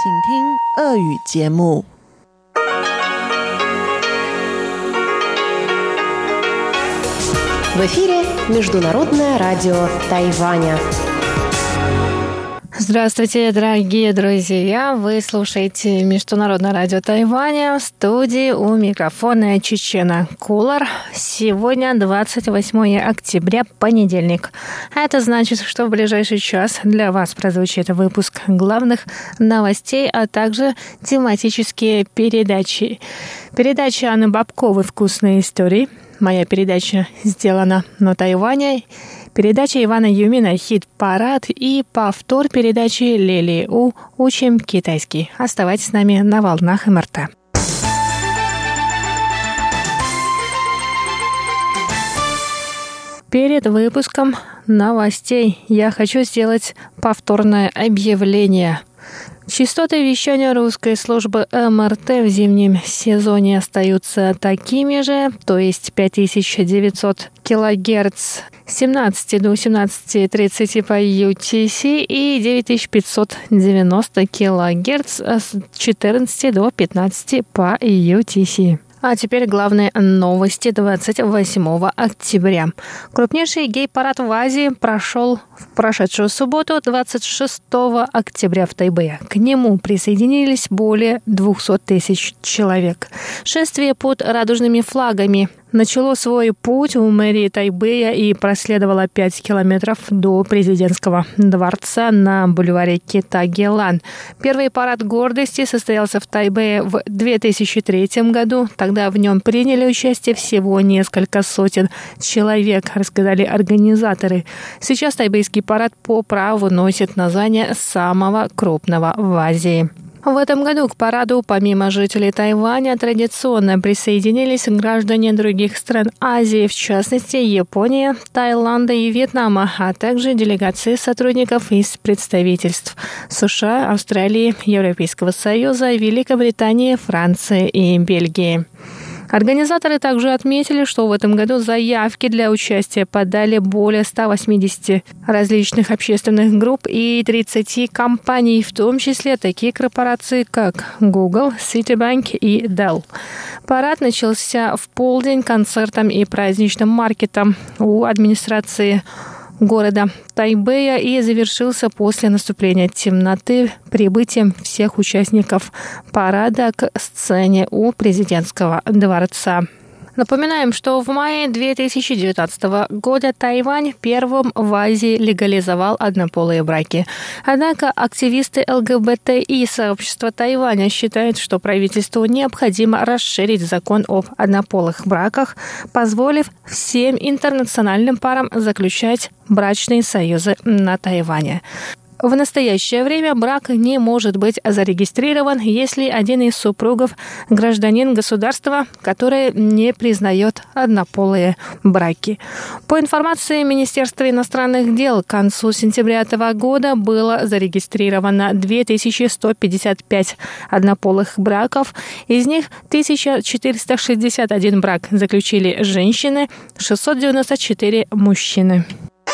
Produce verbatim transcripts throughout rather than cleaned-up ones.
请听俄语节目。 В эфире Международное радио Тайваня. Здравствуйте, дорогие друзья! Вы слушаете Международное радио Тайваня. В студии у микрофона Чечена Кулар. Сегодня двадцать восьмое октября, понедельник. Это значит, что в ближайший час для вас прозвучит выпуск главных новостей, а также тематические передачи. Передача Анны Бабковой «Вкусные истории». Моя передача сделана на Тайване. Передача Ивана Юмина «Хит-парад» и повтор передачи Лили У «Учим китайский». Оставайтесь с нами на волнах эм эр тэ. Перед выпуском новостей я хочу сделать повторное объявление. Частоты вещания русской службы эм эр тэ в зимнем сезоне остаются такими же, то есть пять тысяч девятьсот килогерц с семнадцати до семнадцати тридцати по ю ти си и девять тысяч пятьсот девяносто килогерц с четырнадцати до пятнадцати по ю ти си. А теперь главные новости двадцать восьмого октября. Крупнейший гей-парад в Азии прошел в прошедшую субботу, двадцать шестого октября в Тайбэе. К нему присоединились более двухсот тысяч человек. Шествие под радужными флагами начало свой путь у мэрии Тайбэя и проследовало пять километров до президентского дворца на бульваре Кита-Гелан. Первый парад гордости состоялся в Тайбэе в две тысячи третьем году. Тогда в нем приняли участие всего несколько сотен человек, рассказали организаторы. Сейчас тайбэйский парад по праву носит название самого крупного в Азии. В этом году к параду, помимо жителей Тайваня, традиционно присоединились граждане других стран Азии, в частности, Японии, Таиланда и Вьетнама, а также делегации сотрудников из представительств США, Австралии, Европейского Союза, Великобритании, Франции и Бельгии. Организаторы также отметили, что в этом году заявки для участия подали более ста восьмидесяти различных общественных групп и тридцати компаний, в том числе такие корпорации, как Google, Citibank и Dell. Парад начался в полдень концертом и праздничным маркетом у администрации города Тайбэя и завершился после наступления темноты прибытием всех участников парада к сцене у президентского дворца. Напоминаем, что в мае две тысячи девятнадцатого года Тайвань первым в Азии легализовал однополые браки. Однако активисты эл гэ бэ тэ и сообщества Тайваня считают, что правительству необходимо расширить закон об однополых браках, позволив всем интернациональным парам заключать брачные союзы на Тайване. В настоящее время брак не может быть зарегистрирован, если один из супругов – гражданин государства, которое не признает однополые браки. По информации Министерства иностранных дел, к концу сентября этого года было зарегистрировано две тысячи сто пятьдесят пять однополых браков. Из них тысяча четыреста шестьдесят один брак заключили женщины, шестьсот девяносто четыре – мужчины.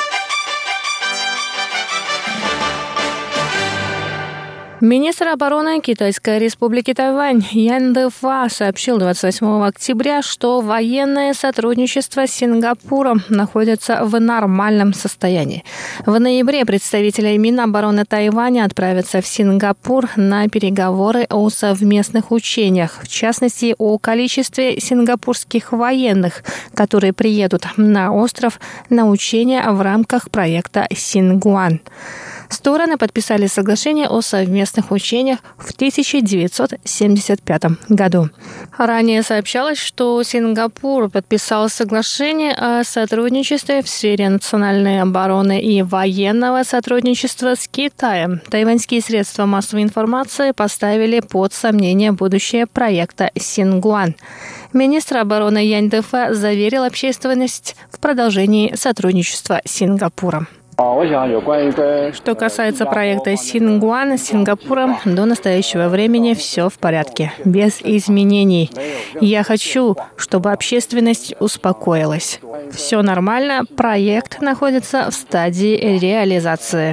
Министр обороны Китайской республики Тайвань Ян Дэфа сообщил двадцать восьмого октября, что военное сотрудничество с Сингапуром находится в нормальном состоянии. В ноябре представители Минобороны Тайваня отправятся в Сингапур на переговоры о совместных учениях, в частности, о количестве сингапурских военных, которые приедут на остров на учения в рамках проекта «Сингуан». Стороны подписали соглашение о совместных учениях в тысяча девятьсот семьдесят пятом году. Ранее сообщалось, что Сингапур подписал соглашение о сотрудничестве в сфере национальной обороны и военного сотрудничества с Китаем. Тайваньские средства массовой информации поставили под сомнение будущее проекта «Сингуан». Министр обороны Ян Дэфа заверил общественность в продолжении сотрудничества с Сингапуром. Что касается проекта Сингуан с Сингапуром, до настоящего времени все в порядке, без изменений. Я хочу, чтобы общественность успокоилась. Все нормально, проект находится в стадии реализации.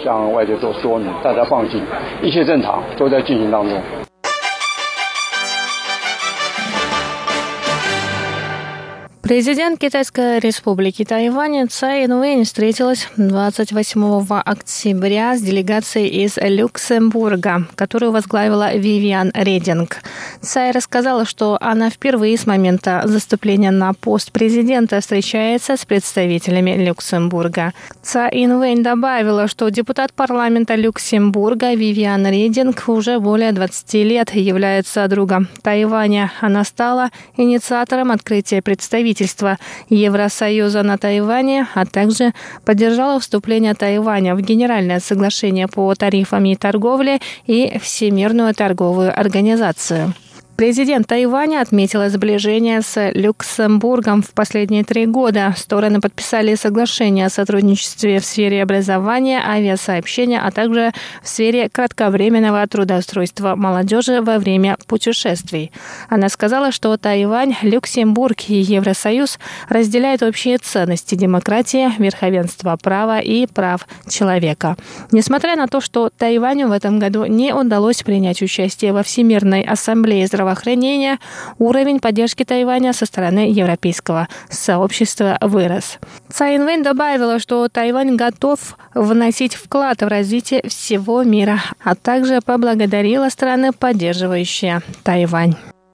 Президент Китайской республики Тайвань Цай Инвэнь встретилась двадцать восьмого октября с делегацией из Люксембурга, которую возглавила Вивиан Рединг. Цай рассказала, что она впервые с момента заступления на пост президента встречается с представителями Люксембурга. Цай Инвэнь добавила, что депутат парламента Люксембурга Вивиан Рединг уже более двадцати лет является другом Тайваня. Она стала инициатором открытия представительства Евросоюза на Тайване, а также поддержала вступление Тайваня в Генеральное соглашение по тарифам и торговле и Всемирную торговую организацию. Президент Тайваня отметила сближение с Люксембургом в последние три года. Стороны подписали соглашение о сотрудничестве в сфере образования, авиасообщения, а также в сфере кратковременного трудоустройства молодежи во время путешествий. Она сказала, что Тайвань, Люксембург и Евросоюз разделяют общие ценности демократии, верховенства права и прав человека. Несмотря на то, что Тайваню в этом году не удалось принять участие во Всемирной ассамблее здравоохранения, уровень поддержки Тайваня со стороны европейского сообщества вырос. Цай Инвэнь добавила, что Тайвань готов вносить вклад в развитие всего мира, а также поблагодарила страны, поддерживающие Тайвань.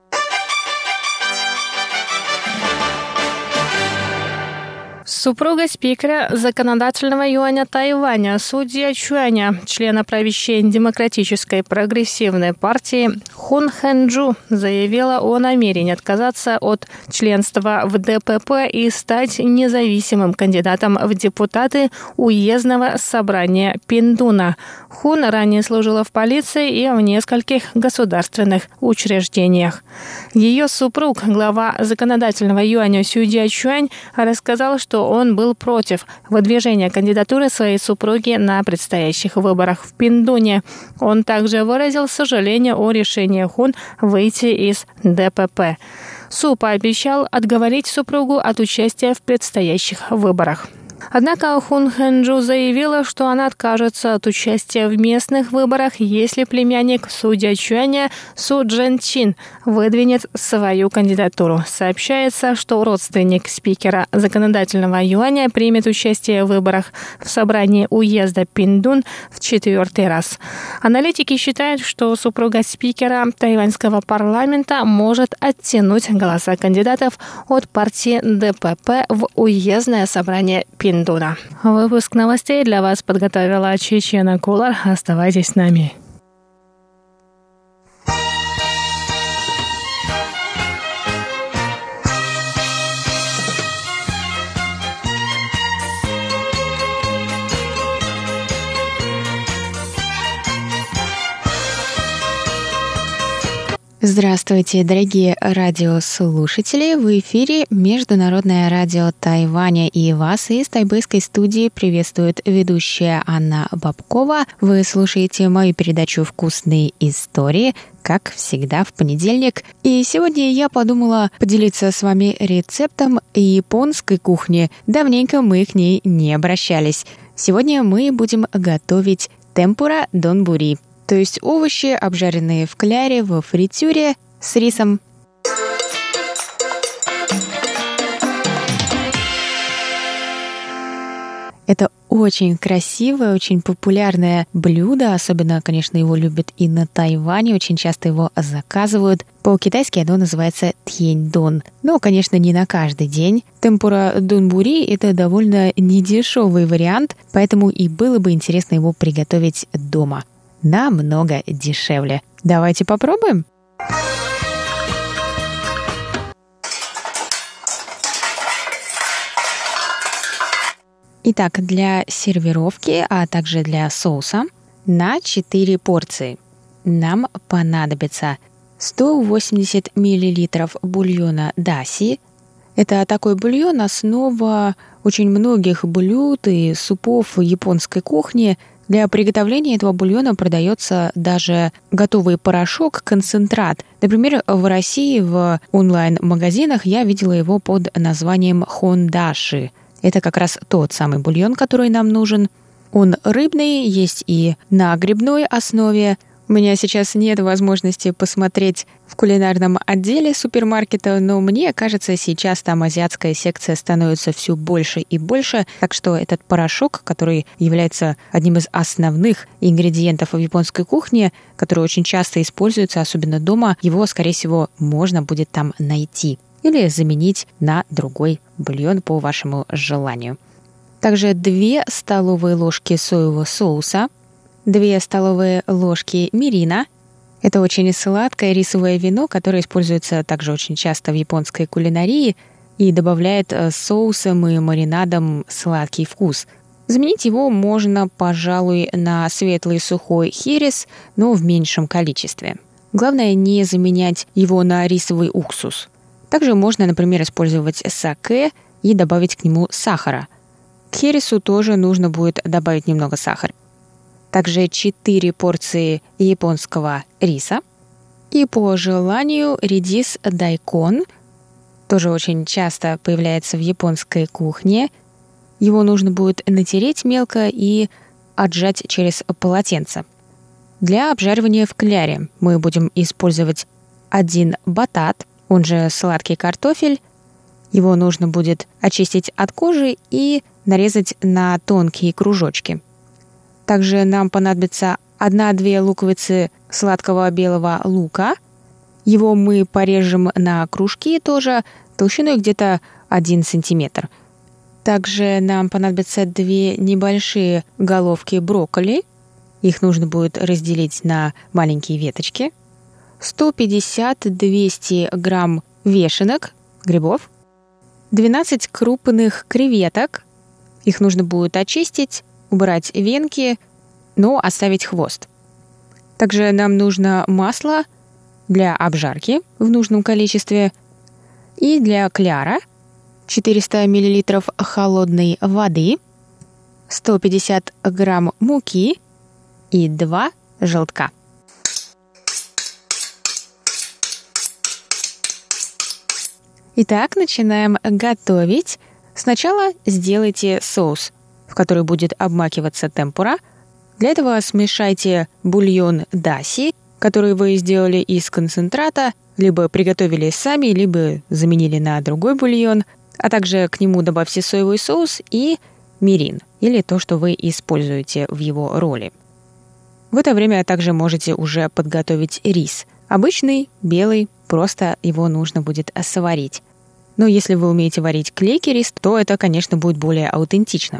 Супруга спикера законодательного юаня Тайваня, судья Чуаня, члена правящей демократической прогрессивной партии Хун Хэнджу, заявила о намерении отказаться от членства в дэ пэ пэ и стать независимым кандидатом в депутаты уездного собрания Пиндуна. Хун ранее служила в полиции и в нескольких государственных учреждениях. Ее супруг, глава законодательного юаня судья Чуань, рассказал, что он был против выдвижения кандидатуры своей супруги на предстоящих выборах в Пиндуне. Он также выразил сожаление о решении Хун выйти из дэ пэ пэ. Су пообещал отговорить супругу от участия в предстоящих выборах. Однако Хун Хэнджу заявила, что она откажется от участия в местных выборах, если племянник судья Чуаня Су Джен Чин выдвинет свою кандидатуру. Сообщается, что родственник спикера законодательного юаня примет участие в выборах в собрании уезда Пиндун в четвертый раз. Аналитики считают, что супруга спикера тайваньского парламента может оттянуть голоса кандидатов от партии дэ пэ пэ в уездное собрание Пиндуна. Выпуск новостей для вас подготовила Чечена Кулар. Оставайтесь с нами. Здравствуйте, дорогие радиослушатели! В эфире Международное радио Тайваня, и вас из тайбэйской студии приветствует ведущая Анна Бабкова. Вы слушаете мою передачу «Вкусные истории», как всегда, в понедельник. И сегодня я подумала поделиться с вами рецептом японской кухни. Давненько мы к ней не обращались. Сегодня мы будем готовить темпура донбури, то есть овощи, обжаренные в кляре во фритюре с рисом. Это очень красивое, очень популярное блюдо. Особенно, конечно, его любят и на Тайване. Очень часто его заказывают. По-китайски оно называется тьеньдон. Но, конечно, не на каждый день. Темпура донбури – это довольно недешевый вариант, поэтому и было бы интересно его приготовить дома. Намного дешевле. Давайте попробуем. Итак, для сервировки, а также для соуса на четыре порции нам понадобится сто восемьдесят миллилитров бульона даси, Это такой бульон, основа очень многих блюд и супов японской кухни. Для приготовления этого бульона продается даже готовый порошок, концентрат. Например, в России в онлайн-магазинах я видела его под названием хондаши. Это как раз тот самый бульон, который нам нужен. Он рыбный, есть и на грибной основе. У меня сейчас нет возможности посмотреть в кулинарном отделе супермаркета, но мне кажется, сейчас там азиатская секция становится все больше и больше, так что этот порошок, который является одним из основных ингредиентов в японской кухне, который очень часто используется, особенно дома, его, скорее всего, можно будет там найти или заменить на другой бульон по вашему желанию. Также две столовые ложки соевого соуса, две столовые ложки мирина. Это очень сладкое рисовое вино, которое используется также очень часто в японской кулинарии и добавляет соусом и маринадом сладкий вкус. Заменить его можно, пожалуй, на светлый сухой херес, но в меньшем количестве. Главное не заменять его на рисовый уксус. Также можно, например, использовать саке и добавить к нему сахара. К хересу тоже нужно будет добавить немного сахара. Также четыре порции японского риса. И по желанию редис дайкон. Тоже очень часто появляется в японской кухне. Его нужно будет натереть мелко и отжать через полотенце. Для обжаривания в кляре мы будем использовать один батат, он же сладкий картофель. Его нужно будет очистить от кожи и нарезать на тонкие кружочки. Также нам понадобится одна-две луковицы сладкого белого лука. Его мы порежем на кружки тоже, толщиной где-то один сантиметр. Также нам понадобятся две небольшие головки брокколи. Их нужно будет разделить на маленькие веточки. сто пятьдесят - двести грамм вешенок, грибов. двенадцать крупных креветок. Их нужно будет очистить, убрать венки, но оставить хвост. Также нам нужно масло для обжарки в нужном количестве и для кляра четыреста миллилитров холодной воды, сто пятьдесят грамм муки и два желтка. Итак, начинаем готовить. Сначала сделайте соус, в который будет обмакиваться темпура. Для этого смешайте бульон даси, который вы сделали из концентрата, либо приготовили сами, либо заменили на другой бульон, а также к нему добавьте соевый соус и мирин, или то, что вы используете в его роли. В это время также можете уже подготовить рис. Обычный, белый, просто его нужно будет сварить. Но если вы умеете варить клейкий рис, то это, конечно, будет более аутентично.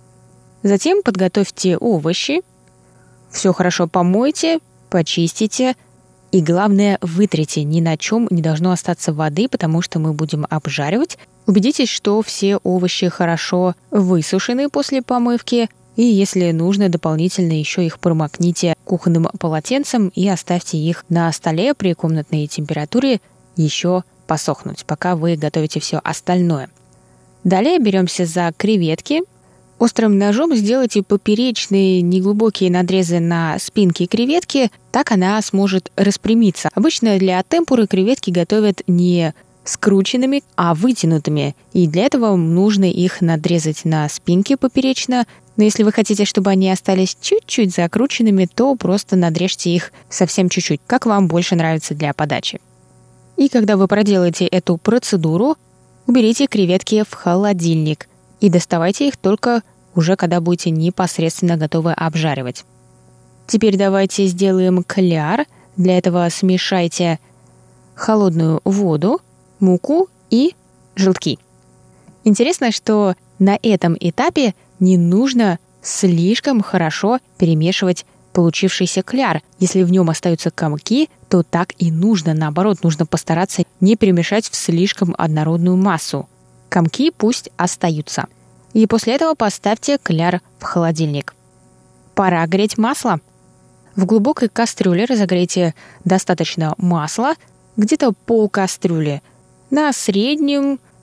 Затем подготовьте овощи, все хорошо помойте, почистите и, главное, вытрите. Ни на чем не должно остаться воды, потому что мы будем обжаривать. Убедитесь, что все овощи хорошо высушены после помывки, и если нужно, дополнительно еще их промокните кухонным полотенцем и оставьте их на столе при комнатной температуре еще посохнуть, пока вы готовите все остальное. Далее беремся за креветки. Острым ножом сделайте поперечные неглубокие надрезы на спинке креветки, так она сможет распрямиться. Обычно для темпуры креветки готовят не скрученными, а вытянутыми, и для этого нужно их надрезать на спинке поперечно. Но если вы хотите, чтобы они остались чуть-чуть закрученными, то просто надрежьте их совсем чуть-чуть, как вам больше нравится для подачи. И когда вы проделаете эту процедуру, уберите креветки в холодильник и доставайте их только уже когда будете непосредственно готовы обжаривать. Теперь давайте сделаем кляр. Для этого смешайте холодную воду, муку и желтки. Интересно, что на этом этапе не нужно слишком хорошо перемешивать получившийся кляр. Если в нем остаются комки, то так и нужно. Наоборот, нужно постараться не перемешать в слишком однородную массу. Комки пусть остаются. И после этого поставьте кляр в холодильник. Пора греть масло. В глубокой кастрюле разогрейте достаточно масла, где-то пол кастрюли. На среднем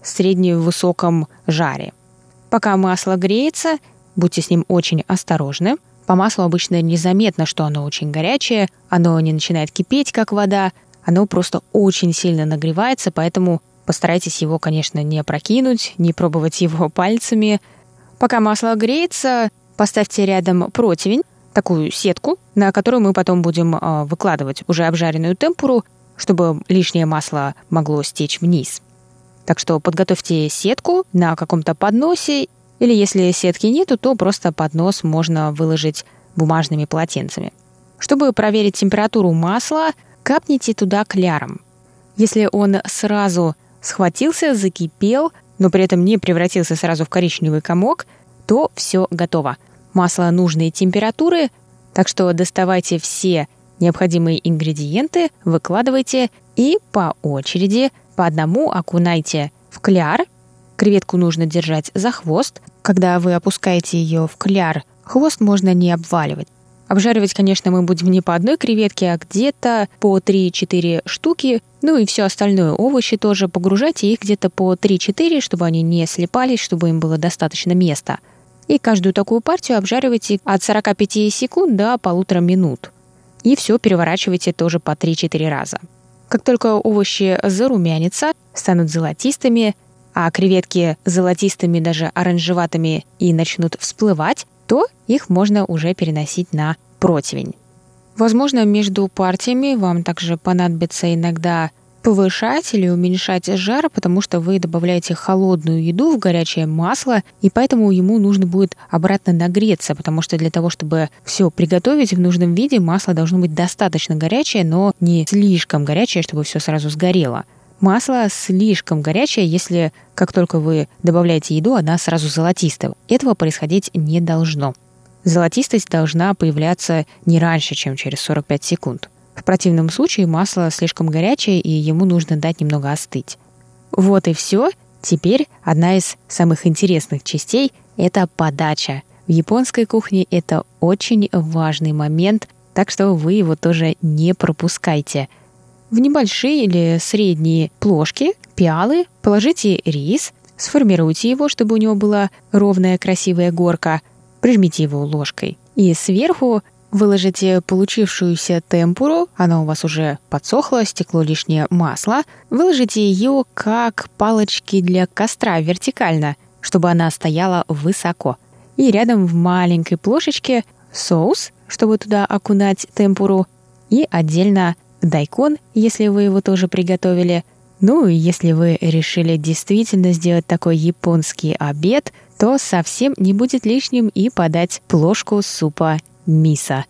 средне-высоком жаре. Пока масло греется, будьте с ним очень осторожны. По маслу обычно незаметно, что оно очень горячее, оно не начинает кипеть, как вода, оно просто очень сильно нагревается, поэтому постарайтесь его, конечно, не опрокинуть, не пробовать его пальцами. Пока масло греется, поставьте рядом противень, такую сетку, на которую мы потом будем э, выкладывать уже обжаренную темпуру, чтобы лишнее масло могло стечь вниз. Так что подготовьте сетку на каком-то подносе, или если сетки нету, то просто поднос можно выложить бумажными полотенцами. Чтобы проверить температуру масла, капните туда кляром. Если он сразу схватился, закипел, но при этом не превратился сразу в коричневый комок, то все готово. Масло нужной температуры, так что доставайте все необходимые ингредиенты, выкладывайте и по очереди по одному окунайте в кляр. Креветку нужно держать за хвост. Когда вы опускаете ее в кляр, хвост можно не обваливать. Обжаривать, конечно, мы будем не по одной креветке, а где-то по три-четыре штуки. Ну и все остальное, овощи тоже погружайте их где-то по три-четыре, чтобы они не слипались, чтобы им было достаточно места. И каждую такую партию обжаривайте от сорок пять секунд до полутора минут. И все переворачивайте тоже по три-четыре раза. Как только овощи зарумянятся, станут золотистыми, а креветки золотистыми, даже оранжеватыми и начнут всплывать, то их можно уже переносить на противень. Возможно, между партиями вам также понадобится иногда повышать или уменьшать жар, потому что вы добавляете холодную еду в горячее масло, и поэтому ему нужно будет обратно нагреться, потому что для того, чтобы все приготовить в нужном виде, масло должно быть достаточно горячее, но не слишком горячее, чтобы все сразу сгорело. Масло слишком горячее, если как только вы добавляете еду, она сразу золотистая. Этого происходить не должно. Золотистость должна появляться не раньше, чем через сорок пять секунд. В противном случае масло слишком горячее, и ему нужно дать немного остыть. Вот и все. Теперь одна из самых интересных частей – это подача. В японской кухне это очень важный момент, так что вы его тоже не пропускайте. В небольшие или средние плошки, пиалы, положите рис, сформируйте его, чтобы у него была ровная красивая горка, прижмите его ложкой. И сверху выложите получившуюся темпуру, она у вас уже подсохла, стекло лишнее масло, выложите ее как палочки для костра вертикально, чтобы она стояла высоко. И рядом в маленькой плошечке соус, чтобы туда окунать темпуру, и отдельно дайкон, если вы его тоже приготовили. Ну и если вы решили действительно сделать такой японский обед, то совсем не будет лишним и подать плошку супа мисо.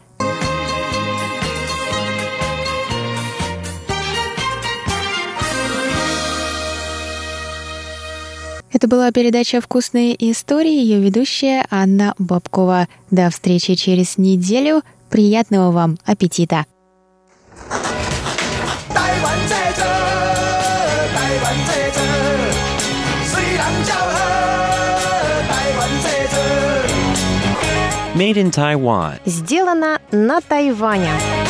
Это была передача «Вкусные истории», ее ведущая Анна Бабкова. До встречи через неделю. Приятного вам аппетита! Made in Taiwan. Сделано на Тайване.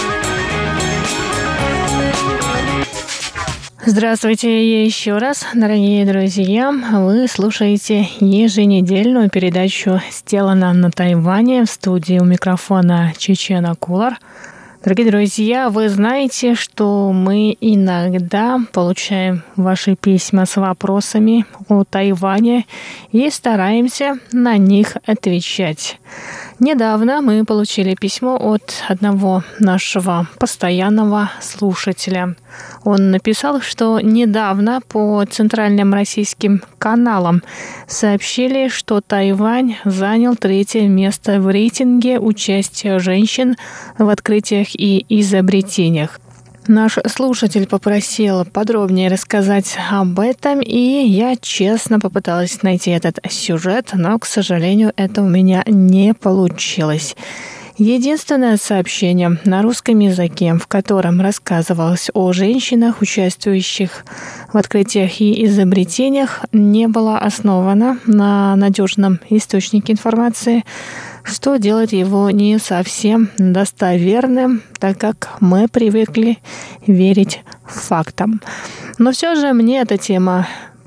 Здравствуйте еще раз, дорогие друзья. Вы слушаете еженедельную передачу «Сделано на Тайване». В студии у микрофона Чечена Кулар. Дорогие друзья, вы знаете, что мы иногда получаем ваши письма с вопросами о Тайване и стараемся на них отвечать. Недавно мы получили письмо от одного нашего постоянного слушателя. Он написал, что недавно по центральным российским каналам сообщили, что Тайвань занял третье место в рейтинге участия женщин в открытиях и изобретениях. Наш слушатель попросил подробнее рассказать об этом, и я честно попыталась найти этот сюжет, но, к сожалению, это у меня не получилось. Единственное сообщение на русском языке, в котором рассказывалось о женщинах, участвующих в открытиях и изобретениях, не было основано на надежном источнике информации, что делает его не совсем достоверным, так как мы привыкли верить фактам. Но все же мне эта тема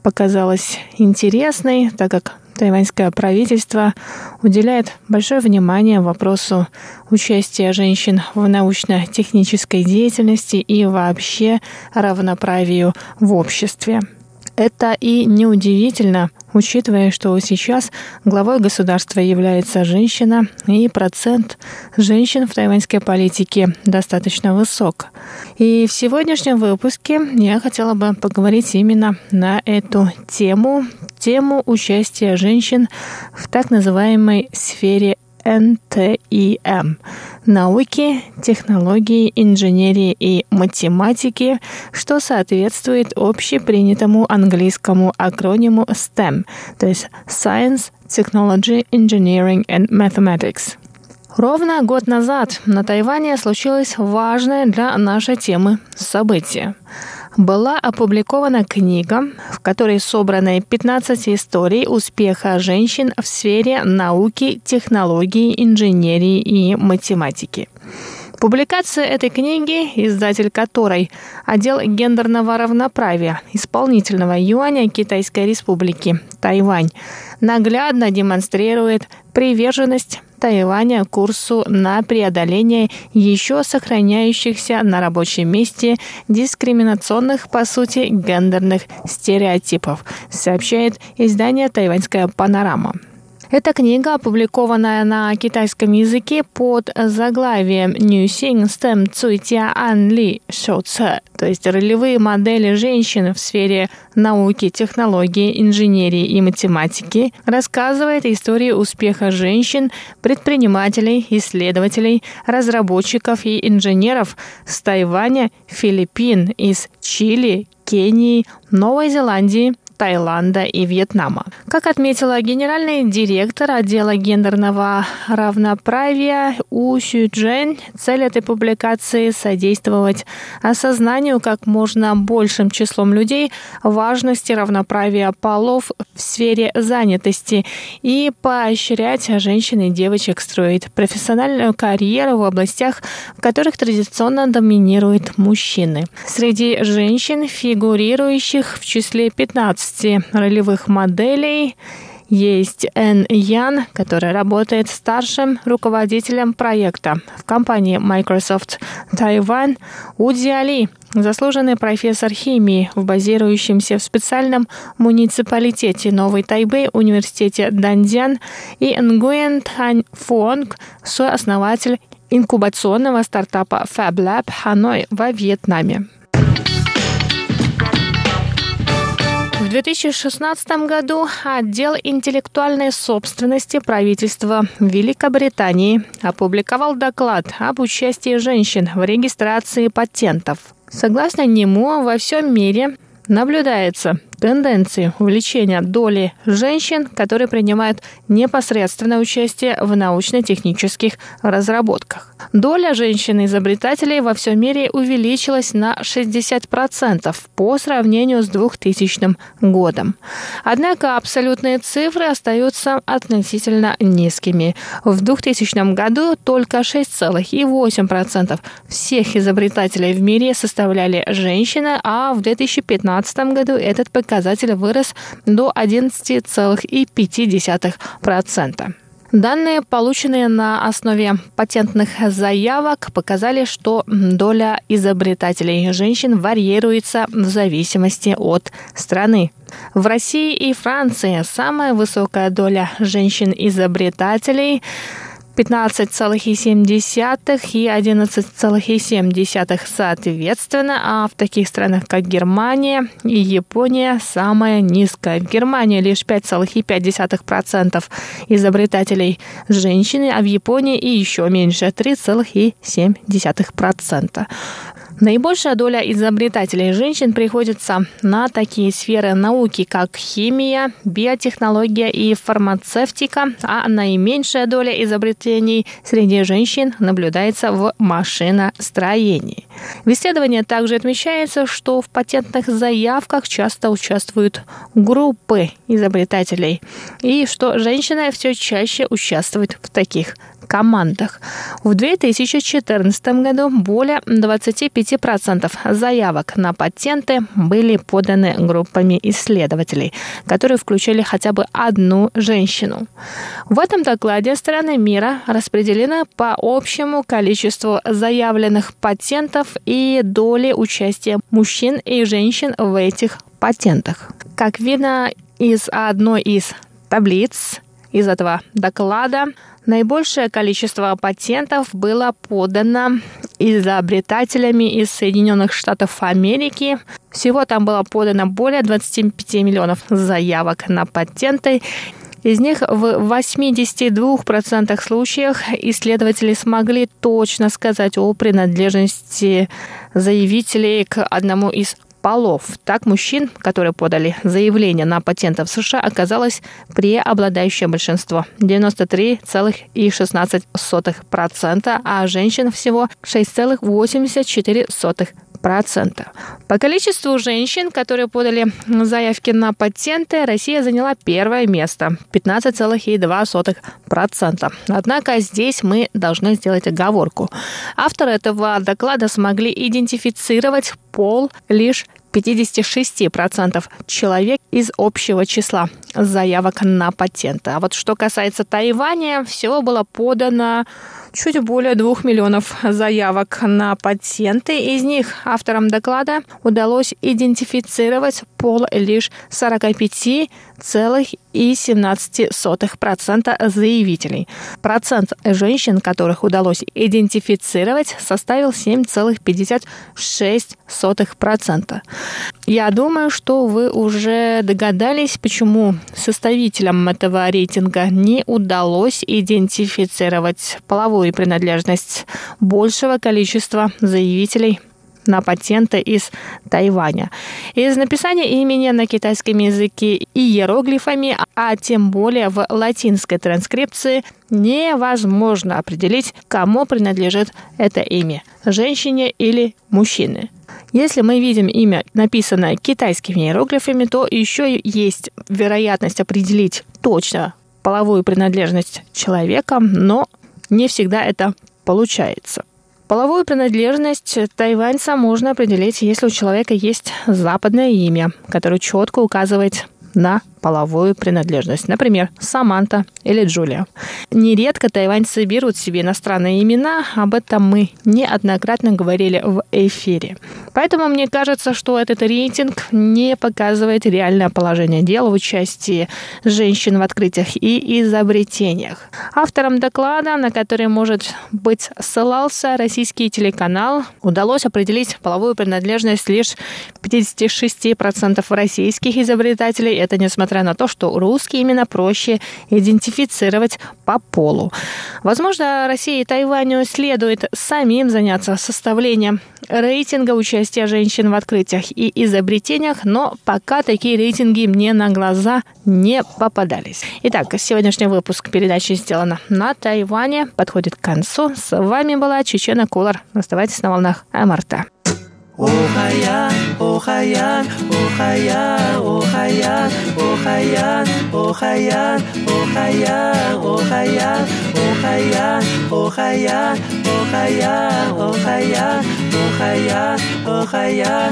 показалась интересной, так как тайваньское правительство уделяет большое внимание вопросу участия женщин в научно-технической деятельности и вообще равноправию в обществе. Это и неудивительно, учитывая, что сейчас главой государства является женщина, и процент женщин в тайваньской политике достаточно высок. И в сегодняшнем выпуске я хотела бы поговорить именно на эту тему, тему участия женщин в так называемой сфере эн тэ и эм – науки, технологии, инженерии и математики, что соответствует общепринятому английскому акрониму стэм, то есть Science, Technology, Engineering and Mathematics. Ровно год назад на Тайване случилось важное для нашей темы событие. Была опубликована книга, в которой собраны пятнадцать историй успеха женщин в сфере науки, технологий, инженерии и математики. Публикация этой книги, издатель которой отдел гендерного равноправия исполнительного юаня Китайской Республики Тайвань, наглядно демонстрирует приверженность Тайваня курсу на преодоление еще сохраняющихся на рабочем месте дискриминационных, по сути, гендерных стереотипов, сообщает издание «Тайваньская панорама». Эта книга, опубликованная на китайском языке под заглавием «Нюсинг стэм цуйтя ан ли шоуце», то есть ролевые модели женщин в сфере науки, технологии, инженерии и математики, рассказывает историю успеха женщин, предпринимателей, исследователей, разработчиков и инженеров с Тайваня, Филиппин, из Чили, Кении, Новой Зеландии, Таиланда и Вьетнама. Как отметила генеральный директор отдела гендерного равноправия У Сюджен, цель этой публикации – содействовать осознанию как можно большим числом людей важности равноправия полов в сфере занятости и поощрять женщин и девочек строить профессиональную карьеру в областях, в которых традиционно доминируют мужчины. Среди женщин, фигурирующих в числе пятнадцати ролевых моделей, есть Эн Ян, которая работает старшим руководителем проекта в компании Microsoft Taiwan, Уди Али, заслуженный профессор химии в базирующемся в специальном муниципалитете Новый Тайбэй университете Даньцзян, и Нгуyen Тань Фуонг, сооснователь инкубационного стартапа FabLab Ханой во Вьетнаме. В две тысячи шестнадцатом году отдел интеллектуальной собственности правительства Великобритании опубликовал доклад об участии женщин в регистрации патентов. Согласно нему, во всем мире наблюдается тенденция увеличения доли женщин, которые принимают непосредственное участие в научно-технических разработках. Доля женщин-изобретателей во всем мире увеличилась на шестьдесят процентов по сравнению с двухтысячным годом. Однако абсолютные цифры остаются относительно низкими. В двухтысячном году только шесть целых восемь десятых процента всех изобретателей в мире составляли женщины, а в две тысячи пятнадцатом году этот показатель Показатель вырос до одиннадцать целых пять десятых процента. Данные, полученные на основе патентных заявок, показали, что доля изобретателей женщин варьируется в зависимости от страны. В России и Франции самая высокая доля женщин-изобретателей – пятнадцать целых семь десятых и одиннадцать целых семь десятых соответственно, а в таких странах, как Германия и Япония, самая низкая. В Германии лишь пять целых пять десятых процента изобретателей женщины, а в Японии и еще меньше – три целых семь десятых процента. Наибольшая доля изобретателей женщин приходится на такие сферы науки, как химия, биотехнология и фармацевтика, а наименьшая доля изобретений среди женщин наблюдается в машиностроении. В исследовании также отмечается, что в патентных заявках часто участвуют группы изобретателей, и что женщины все чаще участвуют в таких командах. В две тысячи четырнадцатом году более двадцать пять процентов заявок на патенты были поданы группами исследователей, которые включали хотя бы одну женщину. В этом докладе страны мира распределены по общему количеству заявленных патентов и доли участия мужчин и женщин в этих патентах. Как видно из одной из таблиц из этого доклада, наибольшее количество патентов было подано изобретателями из Соединенных Штатов Америки. Всего там было подано более двадцать пять миллионов заявок на патенты. Из них в восемьдесят два процента случаев исследователи смогли точно сказать о принадлежности заявителей к одному из полов. Так, мужчин, которые подали заявление на патенты в США, оказалось преобладающее большинство – девяносто три целых шестнадцать сотых процента, а женщин всего шесть целых восемьдесят четыре сотых процента. По количеству женщин, которые подали заявки на патенты, Россия заняла первое место – пятнадцать целых два десятых процента. Однако здесь мы должны сделать оговорку. Авторы этого доклада смогли идентифицировать пол лишь пятьдесят шесть процентов человек из общего числа заявок на патенты. А вот что касается Тайваня, всего было подано чуть более двух миллионов заявок на патенты. Из них авторам доклада удалось идентифицировать пол лишь сорок пять целых семнадцать сотых процента заявителей. Процент женщин, которых удалось идентифицировать, составил семь целых пятьдесят шесть сотых процента. Я думаю, что вы уже догадались, почему составителям этого рейтинга не удалось идентифицировать половую принадлежность большего количества заявителей на патенты из Тайваня. Из написания имени на китайском языке иероглифами, а тем более в латинской транскрипции, невозможно определить, кому принадлежит это имя – женщине или мужчине. Если мы видим имя, написанное китайскими иероглифами, то еще есть вероятность определить точно половую принадлежность человека, но не всегда это получается. Половую принадлежность тайваньца можно определить, если у человека есть западное имя, которое четко указывает на половую принадлежность. Например, Саманта или Джулия. Нередко тайваньцы берут себе иностранные имена, об этом мы неоднократно говорили в эфире. Поэтому мне кажется, что этот рейтинг не показывает реальное положение дел в участии женщин в открытиях и изобретениях. Авторам доклада, на который, может быть, ссылался российский телеканал, удалось определить половую принадлежность лишь пятьдесят шесть процентов российских изобретателей. Это несмотря на то, что русские имена проще идентифицировать по полу. Возможно, России и Тайваню следует самим заняться составлением рейтинга участия женщин в открытиях и изобретениях, но пока такие рейтинги мне на глаза не попадались. Итак, сегодняшний выпуск передачи «Сделано на Тайване» подходит к концу. С вами была Чечена Кулар. Оставайтесь на волнах МРТ. Охаян, охаян, охаян, охаян, охаян, охаян, охаян, охаян, охаян, охаян, охаян, охаян, охаян, охаян,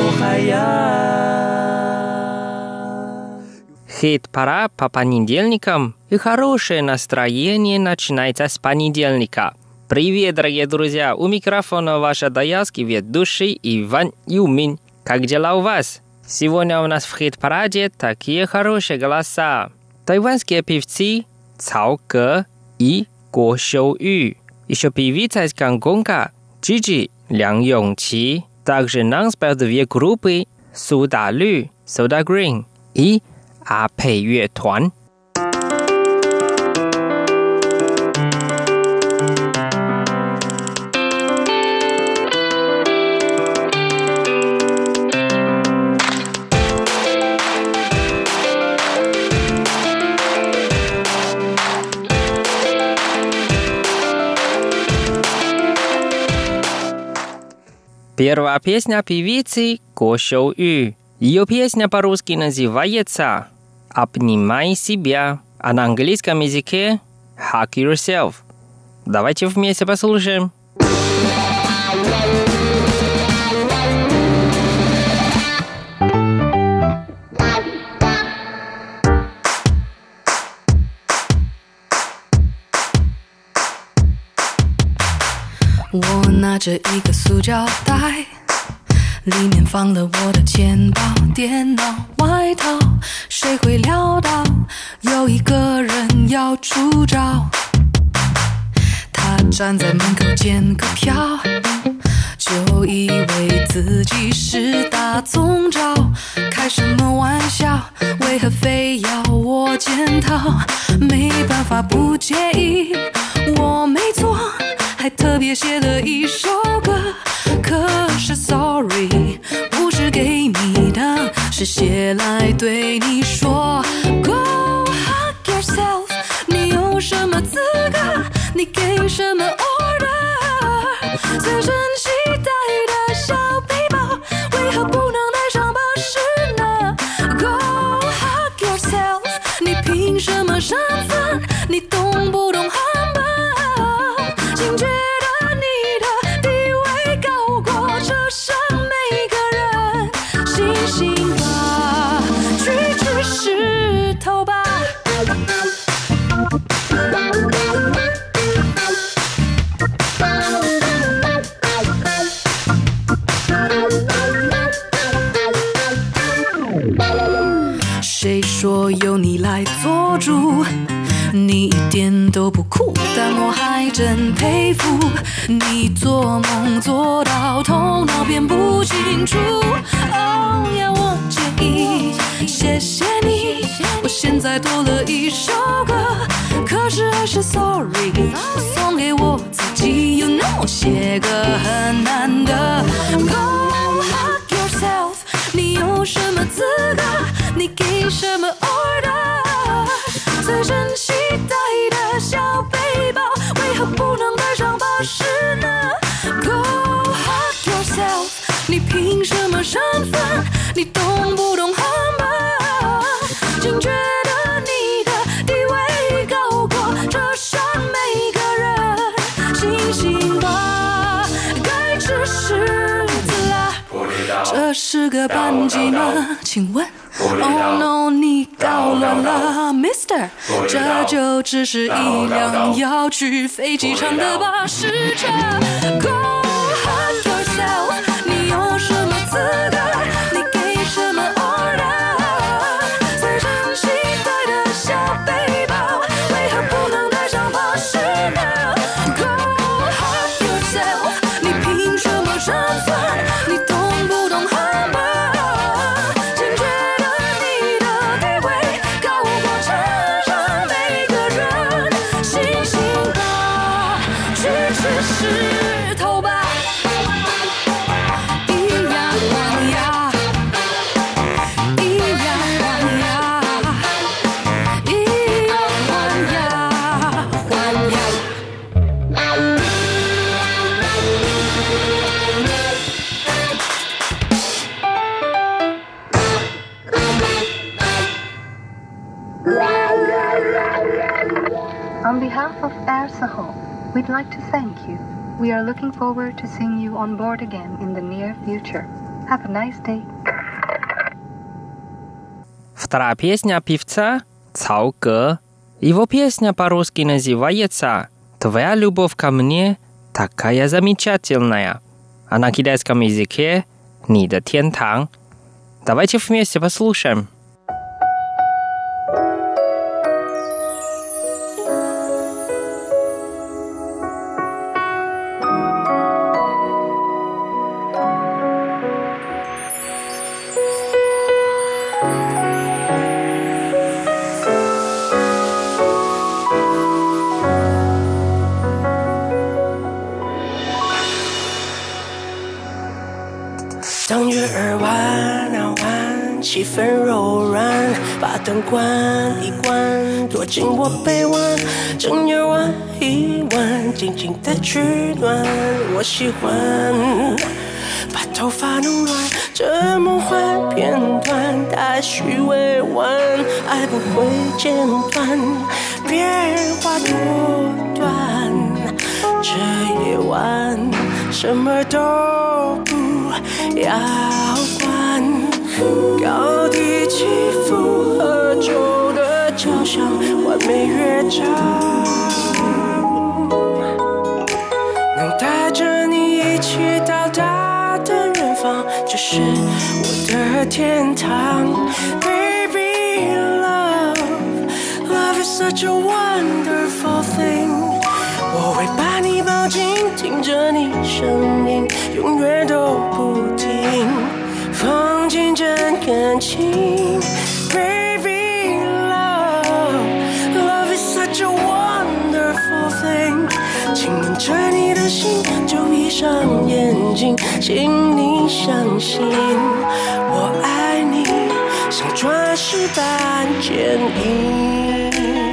охаян. Хит-парад по понедельникам, и хорошее настроение начинается с понедельника. Привет, дорогие друзья! У микрофона ваша даялский ведущий Иван Юмин. Как дела у вас? Сегодня у нас в хит-параде такие хорошие голоса. Тайванские певцы Цао Гэ и Го Шоу Ю. Еще певица из Гонконга Джиджи Лян Йончи. Также нам спел две группы Су Да Лю, Soda Green и А Пэй Юэ Туан. Первая песня певицы Го Шоу Ю. Ее песня по-русски называется «Обнимай себя», а на английском языке «Hug Yourself». Давайте вместе послушаем. 我拿着一个塑胶袋，里面放了我的钱包、电脑、外套。谁会料到有一个人要出招？他站在门口检个票，就以为自己是大宗照。开什么玩笑？为何非要我检讨？没办法不介意，我没错。还特别写了一首歌，可是 sorry 不是给你的，是写来对你说 Go hug yourself， 你有什么资格？你给什么 order？ 随身携带的小背包，为何不能带上巴士呢？ Go hug yourself， 你凭什么身份？你懂不懂韩文？请觉得你的地位高过车上每个人，醒醒吧，去吃石头吧。谁说由你来做主？你一点都不酷，但我还真佩服你做梦做到头脑变不清楚。哦呀，我介意，谢谢你，我现在多了一首歌，可是还是 sorry， 我送给我自己。You know， 写个很难的 Go hug yourself， 你有什么资格？你给什么 order？ 随身携带的小背包，为何不能带上巴士呢？ Go hug yourself， 你凭什么身份？你懂不懂韩文？请觉得你的地位高过车上每个人，醒醒吧，该吃柿子啦。这是个班机吗？请问？Oh no， 你搞乱了 ，Mister， 这就只是一辆要去飞机场的巴士车。Go hug yourself， 你有什么资格？你给什么 order？ 随身携带的小背包，为何不能带上巴士呢 ？Go hug yourself， 你凭什么身份？你懂不懂韩文？石头吧，咿呀晃呀，咿呀晃呀，咿呀晃呀，晃呀。 On behalf of Air Sahel, we'd like to thank you. We are looking forward to seeing you on board again in the near future. Have a nice day. Вторая песня певца Цао Гэ. Его песня по-русски называется «Твоя любовь ко мне такая замечательная», а на китайском языке «Ни де тян танг». Давайте вместе послушаем. 当月儿弯啊弯，气氛柔软，把灯关一关，躲进我臂弯，整夜玩一玩，静静的取暖。我喜欢把头发弄乱，这梦幻片段太虚伪玩，爱不会间断，变化多端。 这夜晚什么都不要管，高低起伏合奏的交响完美乐章，能带着你一起到达的远方，这是我的天堂。 Baby love, love is such a wonderful thing， 我会把你抱紧，听着你声音，永远都不停，放进真感情。 Baby love, love is such a wonderful thing， 亲吻着你的心，就闭上眼睛，请你相信我爱你，像钻石般坚硬。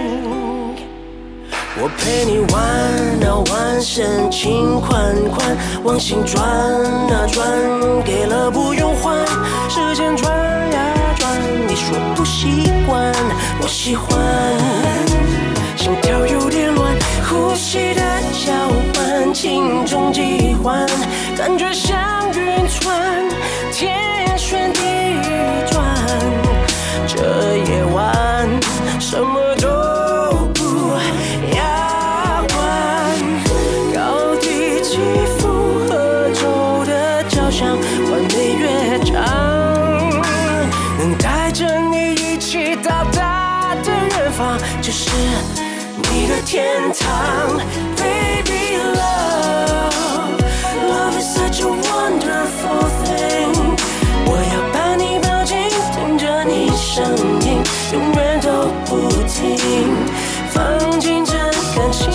我陪你玩啊玩，深情款款，往心转啊转，给了不用还，时间转呀转，你说不习惯，我喜欢，心跳有点乱，呼吸的交换，轻重急换，感觉像云川，天旋地转，这夜晚什么都不要管，高低起伏合奏的交响完美乐章，能带着你一起到达的远方，这是你的天堂。 Baby love, love is such a wonderful thing， 我要把你抱紧，听着你声音，永远都不停，放进真感情。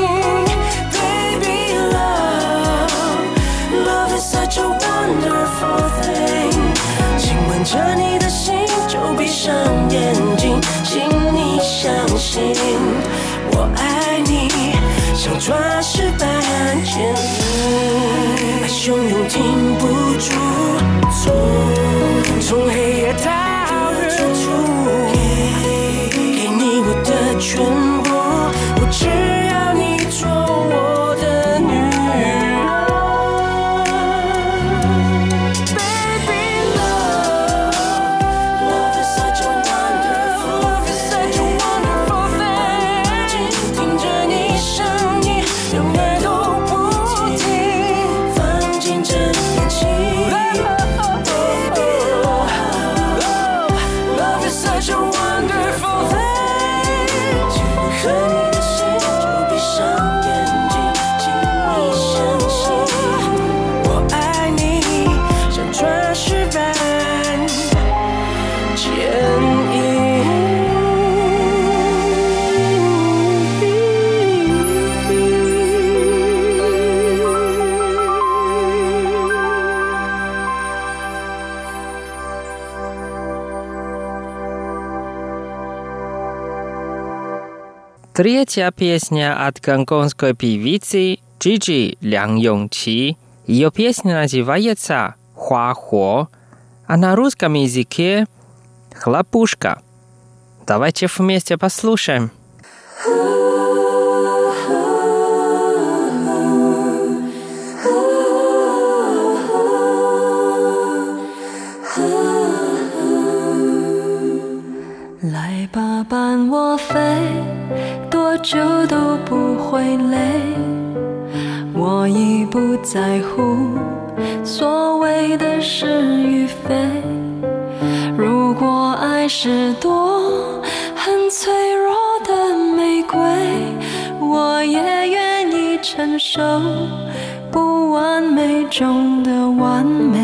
Baby love, love is such a wonderful thing， 亲吻着你的心，就闭上眼睛，请你相信我爱你，像钻石般坚硬，爱汹涌停不住，从从黑夜到日出，给你我的全部，我只要你做我的女人。Baby love, love is such a wonderful, love is such a wonderful thing， 听着你声音，永远都不停，放进真感情。Baby love, love is such a wonderful thing， 和你的心就闭上眼睛，请你相信我爱你，像钻石般坚硬。 Третья песня от гонконгской певицы Джиджи Лян Йончи. Ее песня называется «Хуахо», а на русском языке «Хлопушка». Давайте вместе послушаем. 来吧，伴我飞，多久都不会累。我已不在乎所谓的是与非。如果爱是朵很脆弱的玫瑰，我也愿意承受不完美中的完美。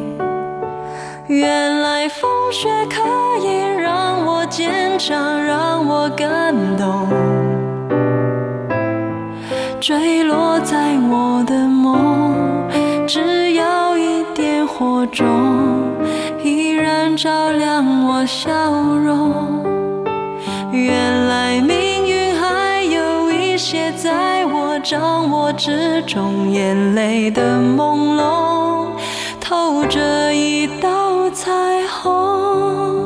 原来风雪可以让我坚强，让我感动，坠落在我的梦，只要一点火种，依然照亮我笑容。原来命运还有一些在我掌握之中，眼泪的朦胧透着一道彩虹。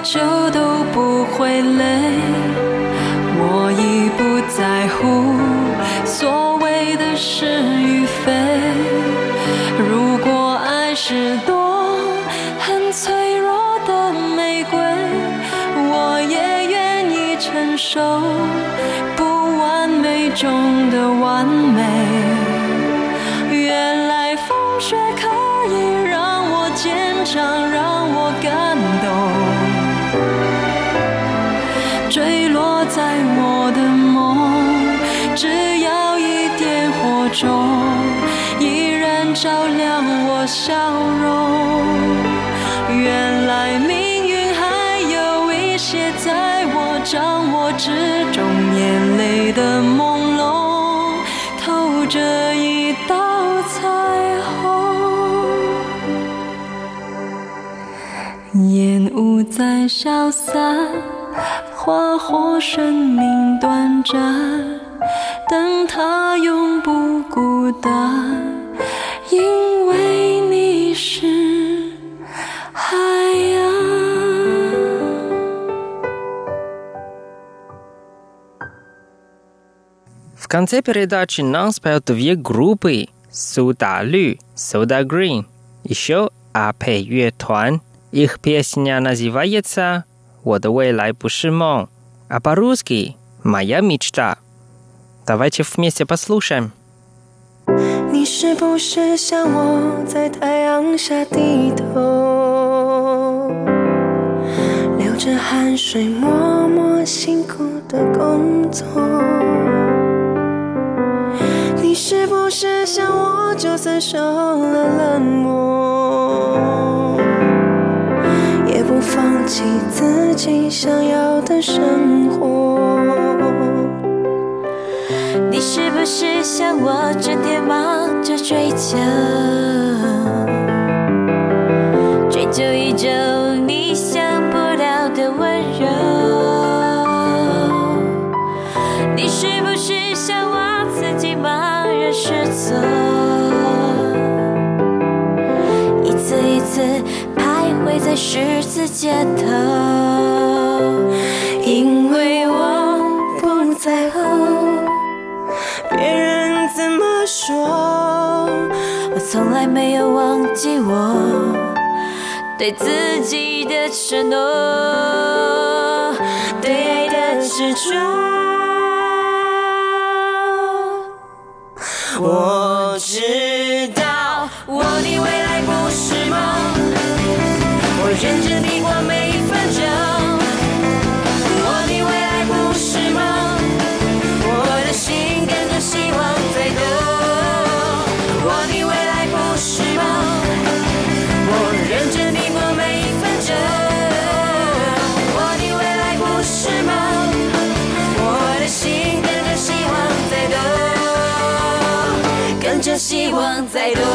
久都不会累，我已不在乎所谓的是与非。如果爱是朵很脆弱的玫瑰，我也愿意承受不完美中的完美。原来风雪可以让我坚强，让我感动。坠落在我的梦，只要一点火种，依然照亮我笑容。原来命运还有一些在我掌握之中，眼泪的朦胧透着一道彩虹。烟雾在消散，花火生命短暂，但它永不孤单，因为你是海洋。 В конце передачи нам споют две группы Soda Lü, Soda Green, еще эй пи乐团. Их песня называется «我的未来不是梦», а по-русски «Моя мечта». Давайте вместе послушаем. 你是不是像我在太阳下低头，流着汗水默默辛苦的工作？你是不是像我就算受了冷漠，也不放弃自己想要的生活？ 你是不是像我整天忙着追求，追求一种你想不了的温柔？你是不是像我曾经茫然失措，一次一次徘徊在十字街头？ 因为我不在乎别人怎么说， 我从来没有忘记我对自己的承诺，对爱的执着。 我知道我的未来不是梦，我认真地过每一分钟。我的未来不是梦，我的心跟着希望在动。我的未来不是梦，我认真地过每一分钟。我的未来不是梦，我的心跟着希望在动，跟着希望在动。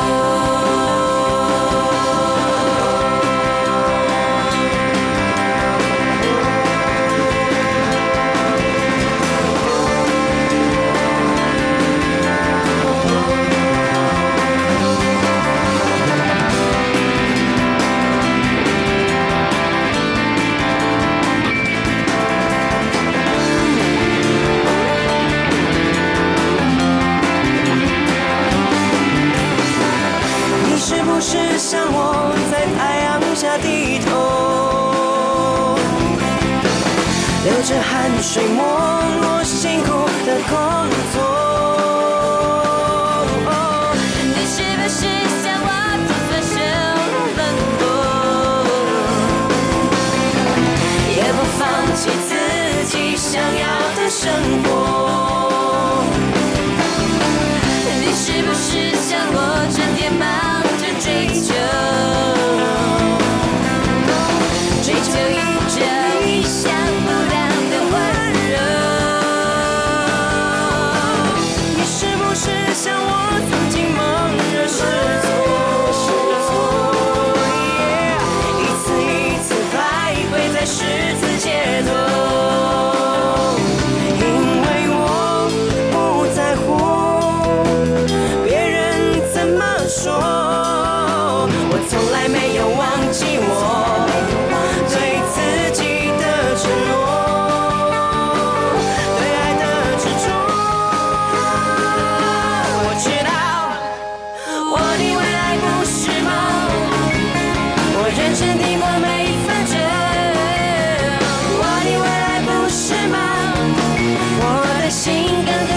是不是像我在太阳下低头，流着汗水默默辛苦的工作？ 你是不是像我就算受冷落， 也不放弃自己想要的生活？ 你是不是像我整天忙追求，追求一种意想不到的温柔？ 你是不是像我曾经茫然失措，一次一次徘徊在十字街头？因为我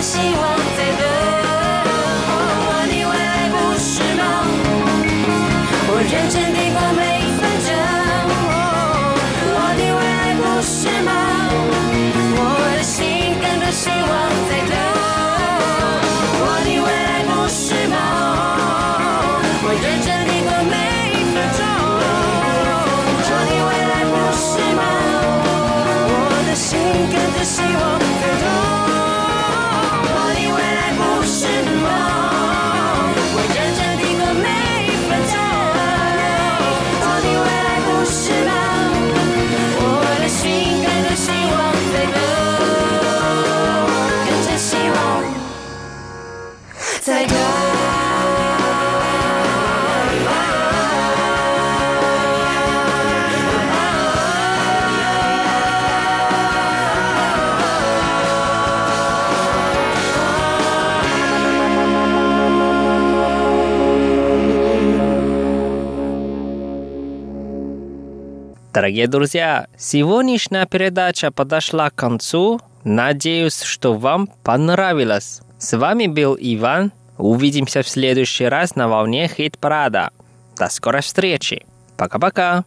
希望在等。我的未来不是梦，我认真地过每一分钟。我的未来不是梦，我的心跟着希望在等。我的未来不是梦，我认真地过每一分钟。我的未来不是梦，我的心跟着希望在动。我的未来不是梦，我认真地过每一分钟。我的未来不是梦，我的心跟着希望在动，跟着希望在动。 Дорогие друзья, сегодняшняя передача подошла к концу. Надеюсь, что вам понравилось. С вами был Иван. Увидимся в следующий раз на волне хит-парада. До скорой встречи. Пока-пока.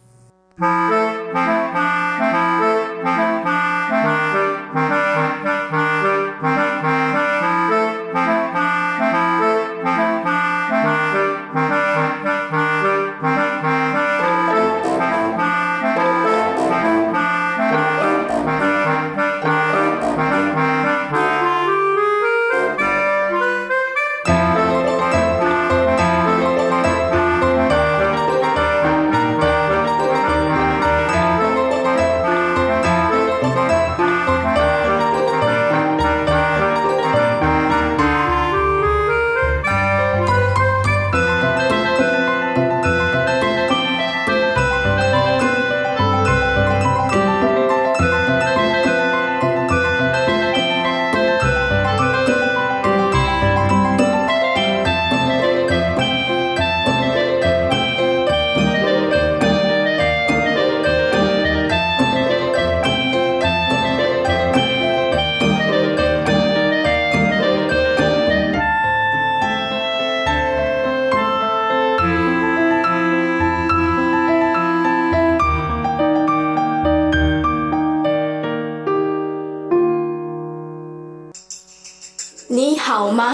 你好吗？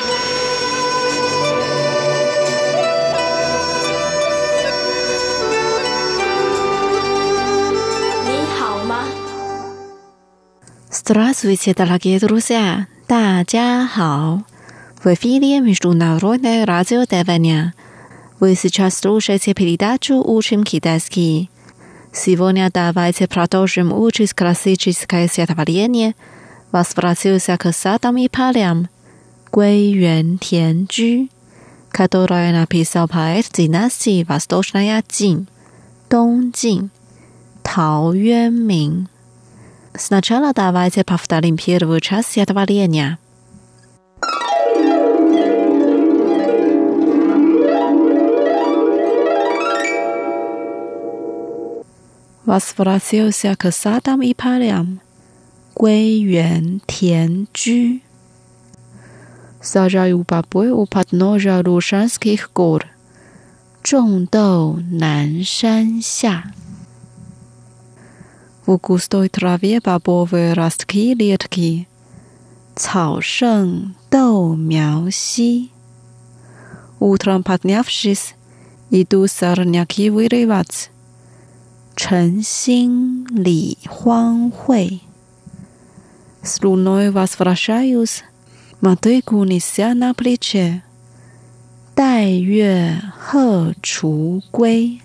你好吗？ Здравствуйте, дорогие друзья! 大家好! В эфире Международное радио Тайваня. Вы сейчас слушаете передачу «Учим китайский». Сегодня давайте продолжим учить классическое стихотворение «Возвратился к садам и полям» Гуэй Юэн Тян Чжу, которое написал поэт династии Восточная Цин, Донgjing, Тао Юэнмин. Сначала давайте повторим первую часть стихотворения. Возвратился к садам и полям Гуэй Юэн Тян Чжу. Сажаю бобы у подножия Лушанских гор, 种豆南山下. В густой траве бобовые ростки редки, 草盛豆苗稀. Утром поднявшись, иду сорняки вырывать, 晨兴理荒秽. С луной возвращаюсь, мотыгу неся на плече, 待月荷锄归.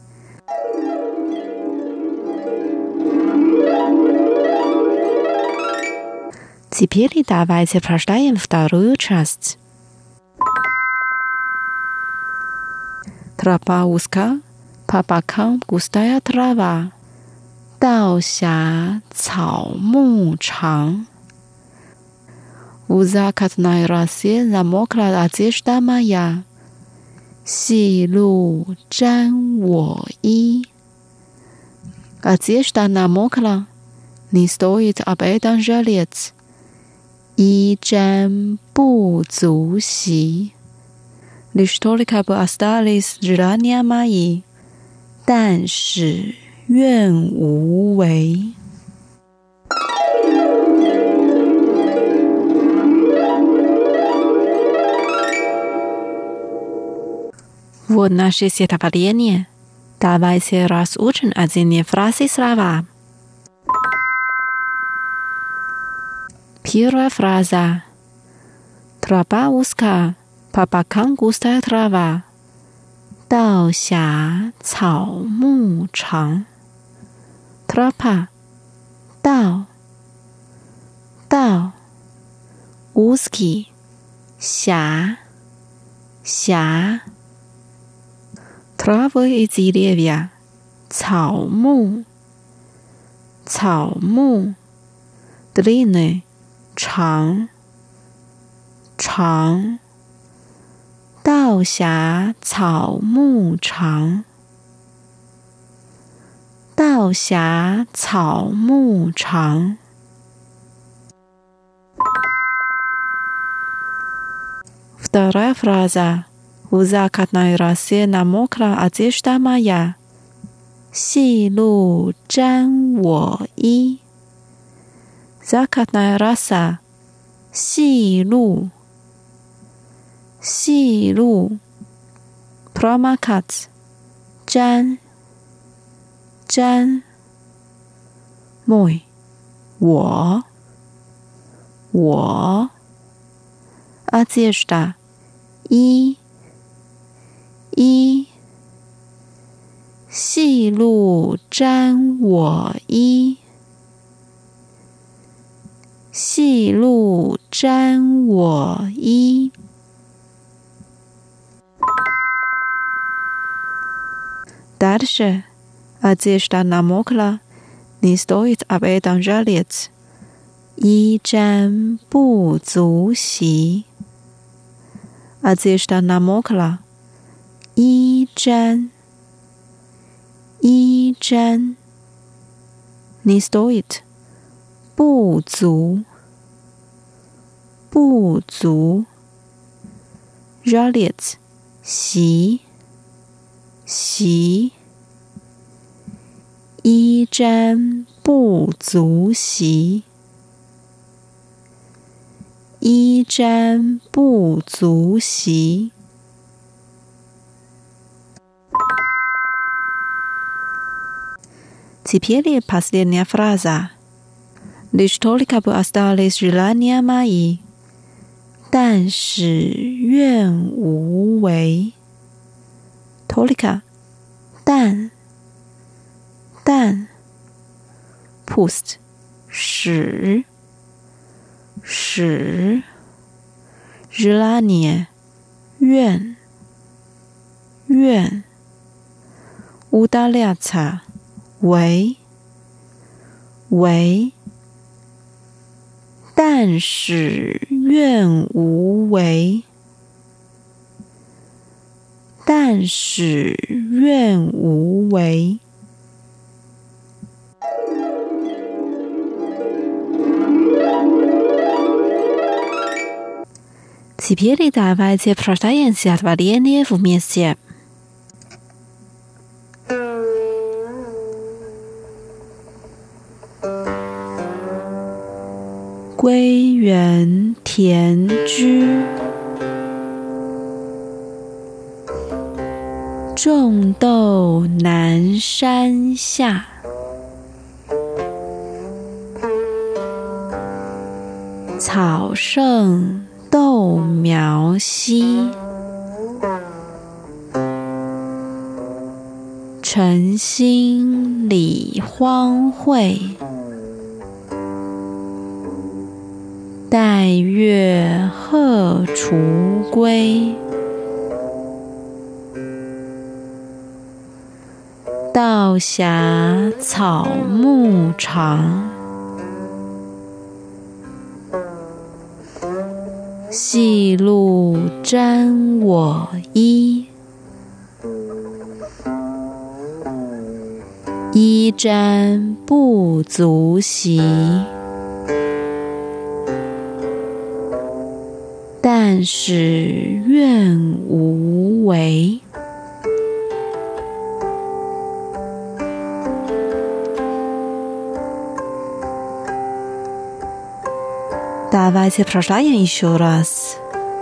Теперь давайте прочитаем вторую часть. Тропа узка, по бокам густая трава, 道狭草木长. В закатной росе намокла одежда моя, 细露沾我衣. Одежда намокла, не стоит об этом жалеть, 衣沾不足惜。Лишь только бы остались желания мои， 但使愿无违。Вот наше стихотворение. Давайте разучим отдельные фразы и слова. Первая фраза. Тропа узкая, по бокам густая трава. 道狭草木长。Тропа. 道。道。Узкий. 狭。狭。Травы и деревья. 草木。草木。Длинный. 长。长。道狭草木长。道狭草木长。Вторая фраза. В закатной росе намокла одежда моя. 细露沾我衣。Закатная роса. 细露。细露。Промокать. 沾。沾。Мой. 我。我。Одежда. 衣。衣。细露沾我衣。细露沾我衣。Дальше. Одежда намокла, не стоит об этом жалеть. 衣沾不足惜。Одежда намокла. 衣沾。衣沾。Не стоит. 不足。不足。жалеть. 惜。惜。衣沾不足惜。衣沾不足惜。Теперь последняя фраза. Лишь только бы остались желания мои. 但使愿无违。Только. 但。但。Pust. 使。使。желание. 愿。愿。удаляться. 为。为。但使愿无违。但使愿无违。Теперь давайте прочитаем стихотворение вместе. 归园田居，种豆南山下。草盛豆苗稀，晨兴理荒秽。待月荷锄归，道狭草木长。细露沾我衣，衣沾不足惜。 但是愿无为。Давайте прочитаем еще раз.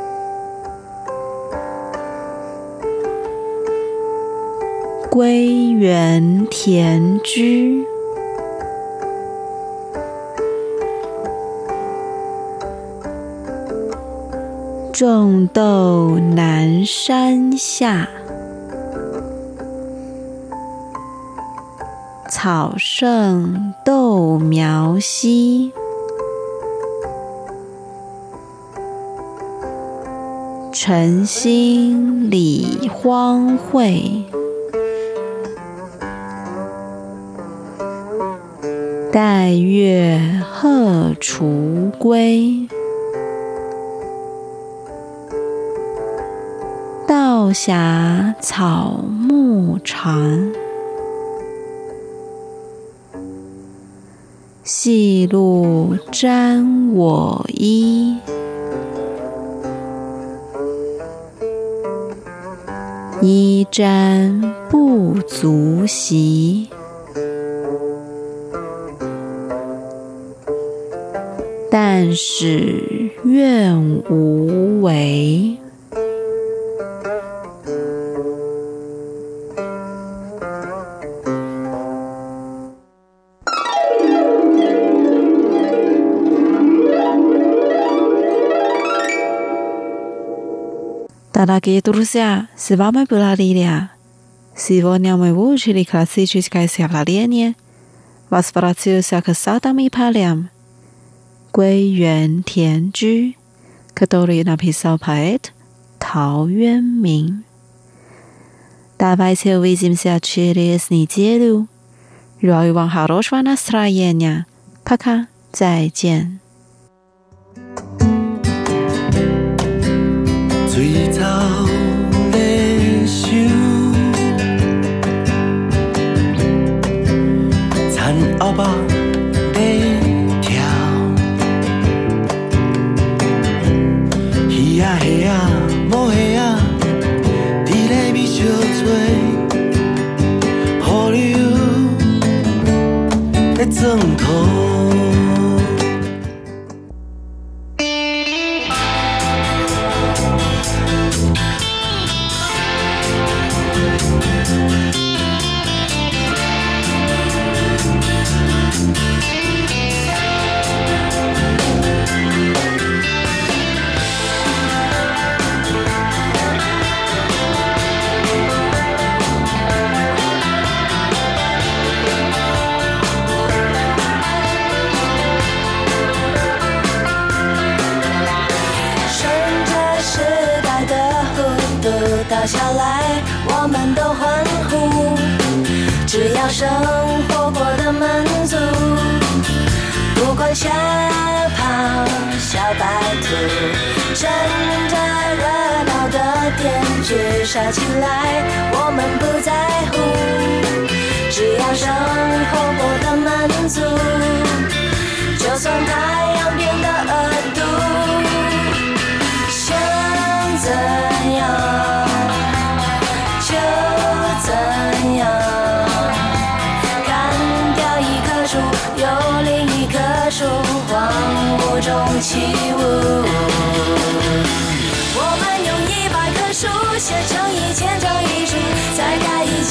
归园田居，种豆南山下，草盛豆苗稀。晨兴理荒秽，待月荷锄归。道狭草木长，细露沾我衣。衣沾不足惜，但使愿无为。Дорогие друзья, с вами была Лилия. Сегодня мы выучили классическое стихотворение «Возвратился к садам и полям» 归园田居, который написал поэт Тao Юанмин. Давайте увидимся через неделю. Желаю вам хорошего настроения. Пока, 再见。 水草在收，田后目在跳，鱼仔虾仔母虾仔，伫咧米烧做，雨流在装土。 倒下来，我们都欢呼。只要生活过得满足，不管小跑小白兔，趁着热闹的店聚杀起来，我们不在乎。只要生活过得满足，就算太阳变得恶毒，想怎样怎样？砍掉一棵树，有另一棵树，荒芜中起舞。我们用一百棵树写成一千张遗书，再盖一